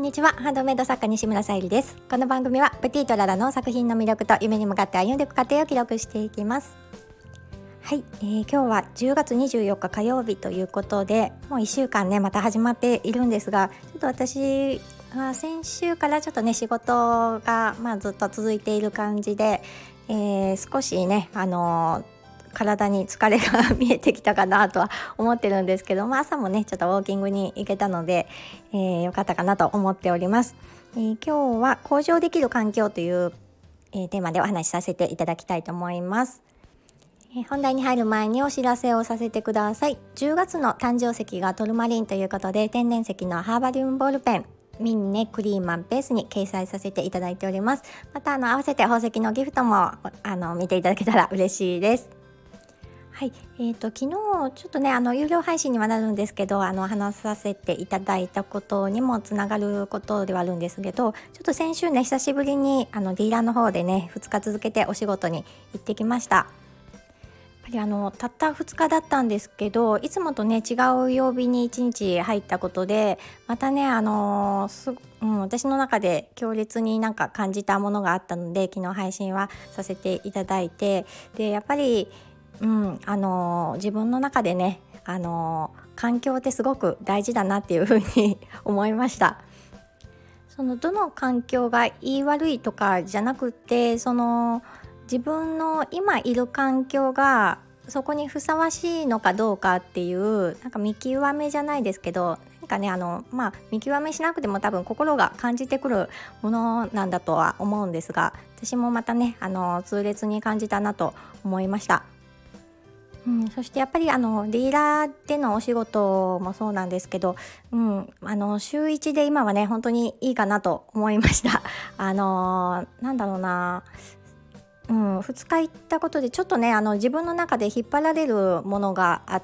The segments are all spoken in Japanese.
にちは。ハンドメイド作家西村さゆりです。この番組はプティとララの作品の魅力と夢に向かって歩んでいく過程を記録していきます。はい、今日は10月24日火曜日ということで、もう1週間ねまた始まっているんですが、ちょっと私は先週からちょっとね仕事がずっと続いている感じで、少しね体に疲れが見えてきたかなとは思ってるんですけど、朝もねちょっとウォーキングに行けたので、良かったかなと思っております。今日は向上できる環境という、テーマでお話しさせていただきたいと思います。本題に入る前にお知らせをさせてください。10月の誕生石がトルマリンということで、天然石のハーバリウムボールペンミンネクリーマンベースに掲載させていただいております。また合わせて宝石のギフトも見ていただけたら嬉しいです。はい、昨日ちょっとね有料配信にはなるんですけど、話させていただいたことにもつながることではあるんですけど、ちょっと先週ね久しぶりにディーラーの方でね2日続けてお仕事に行ってきました。やっぱりたった2日だったんですけど、いつもとね違う曜日に1日入ったことで、またね私の中で強烈に感じたものがあったので、昨日配信はさせていただいて、でやっぱり自分の中でね環境ってすごく大事だなっていうふうに思いました。どの環境がいい悪いとかじゃなくて、自分の今いる環境がそこにふさわしいのかどうかっていう見極めじゃないですけど、見極めしなくても多分心が感じてくるものなんだとは思うんですが、私もまたね痛烈に感じたなと思いました。そしてやっぱりディーラーでのお仕事もそうなんですけど、週1で今はね本当にいいかなと思いました。なんだろうな、2日行ったことでちょっとね自分の中で引っ張られるものがあって、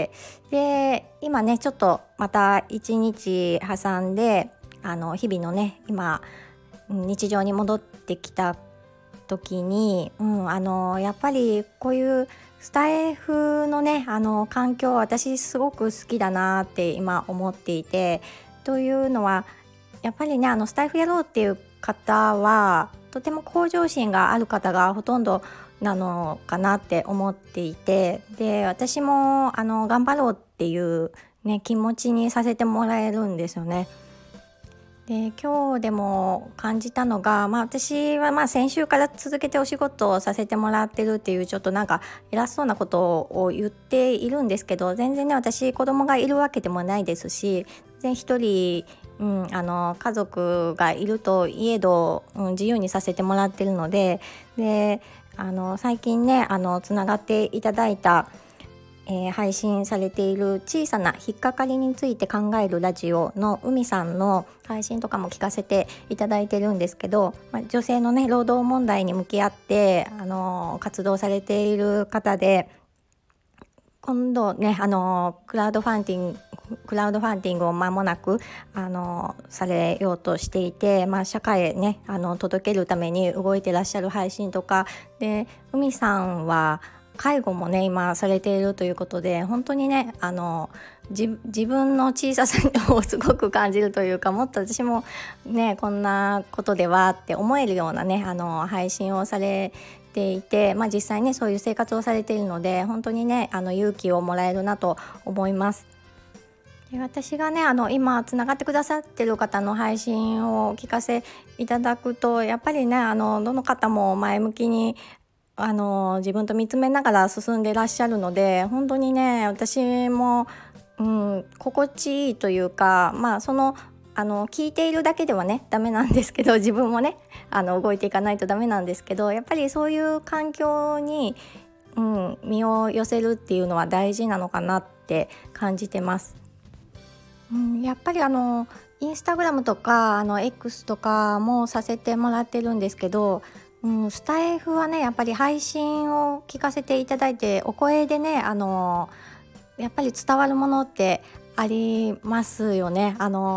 で今ねちょっとまた1日挟んで日々のね今日常に戻ってきた時に、やっぱりこういうスタイフのね環境、私すごく好きだなって今思っていて、というのはやっぱりねスタイフやろうっていう方はとても向上心がある方がほとんどなのかなって思っていて、で私も頑張ろうっていうね気持ちにさせてもらえるんですよね。で今日でも感じたのが、私は先週から続けてお仕事をさせてもらってるっていうちょっと偉そうなことを言っているんですけど、全然ね私子供がいるわけでもないですし、全然一人、家族がいるといえど、自由にさせてもらってるので、最近ねつながっていただいた配信されている小さな引っかかりについて考えるラジオの海さんの配信とかも聞かせていただいてるんですけど、女性のね労働問題に向き合って活動されている方で、今度ねクラウドファンディングを間もなくされようとしていて、社会へね届けるために動いてらっしゃる配信とかで、海さんは介護もね今されているということで、本当にね自分の小ささをすごく感じるというか、もっと私もねこんなことではって思えるようなね配信をされていて、実際ねそういう生活をされているので、本当にね勇気をもらえるなと思います。で私がね今つながってくださってる方の配信を聞かせいただくと、やっぱりねどの方も前向きに自分と見つめながら進んでいらっしゃるので、本当にね私も、心地いいというか、聞いているだけではねダメなんですけど、自分もね動いていかないとダメなんですけど、やっぱりそういう環境に、身を寄せるっていうのは大事なのかなって感じてます。やっぱりインスタグラムとかX とかもさせてもらってるんですけど、スタイフはねやっぱり配信を聞かせていただいて、お声でねやっぱり伝わるものってありますよね。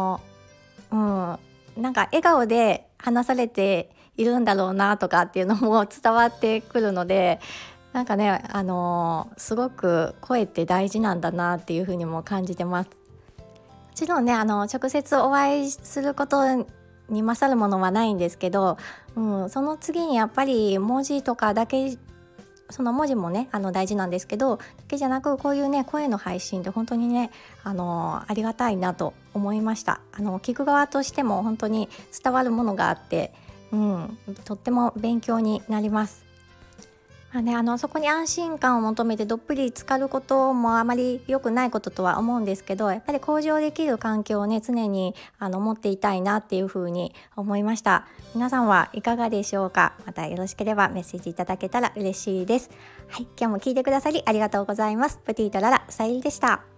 笑顔で話されているんだろうなとかっていうのも伝わってくるので、すごく声って大事なんだなっていうふうにも感じてます。 ちろんね直接お会いすることに勝るものはないんですけど、その次にやっぱり文字とかだけ、その文字もね大事なんですけど、だけじゃなくこういうね声の配信って本当にねありがたいなと思いました。聞く側としても本当に伝わるものがあって、とっても勉強になります。そこに安心感を求めてどっぷり浸かることもあまり良くないこととは思うんですけど、やっぱり向上できる環境をね常に持っていたいなっていうふうに思いました。皆さんはいかがでしょうか。またよろしければメッセージいただけたら嬉しいです。はい、今日も聞いてくださりありがとうございます。プティとララ、さゆりでした。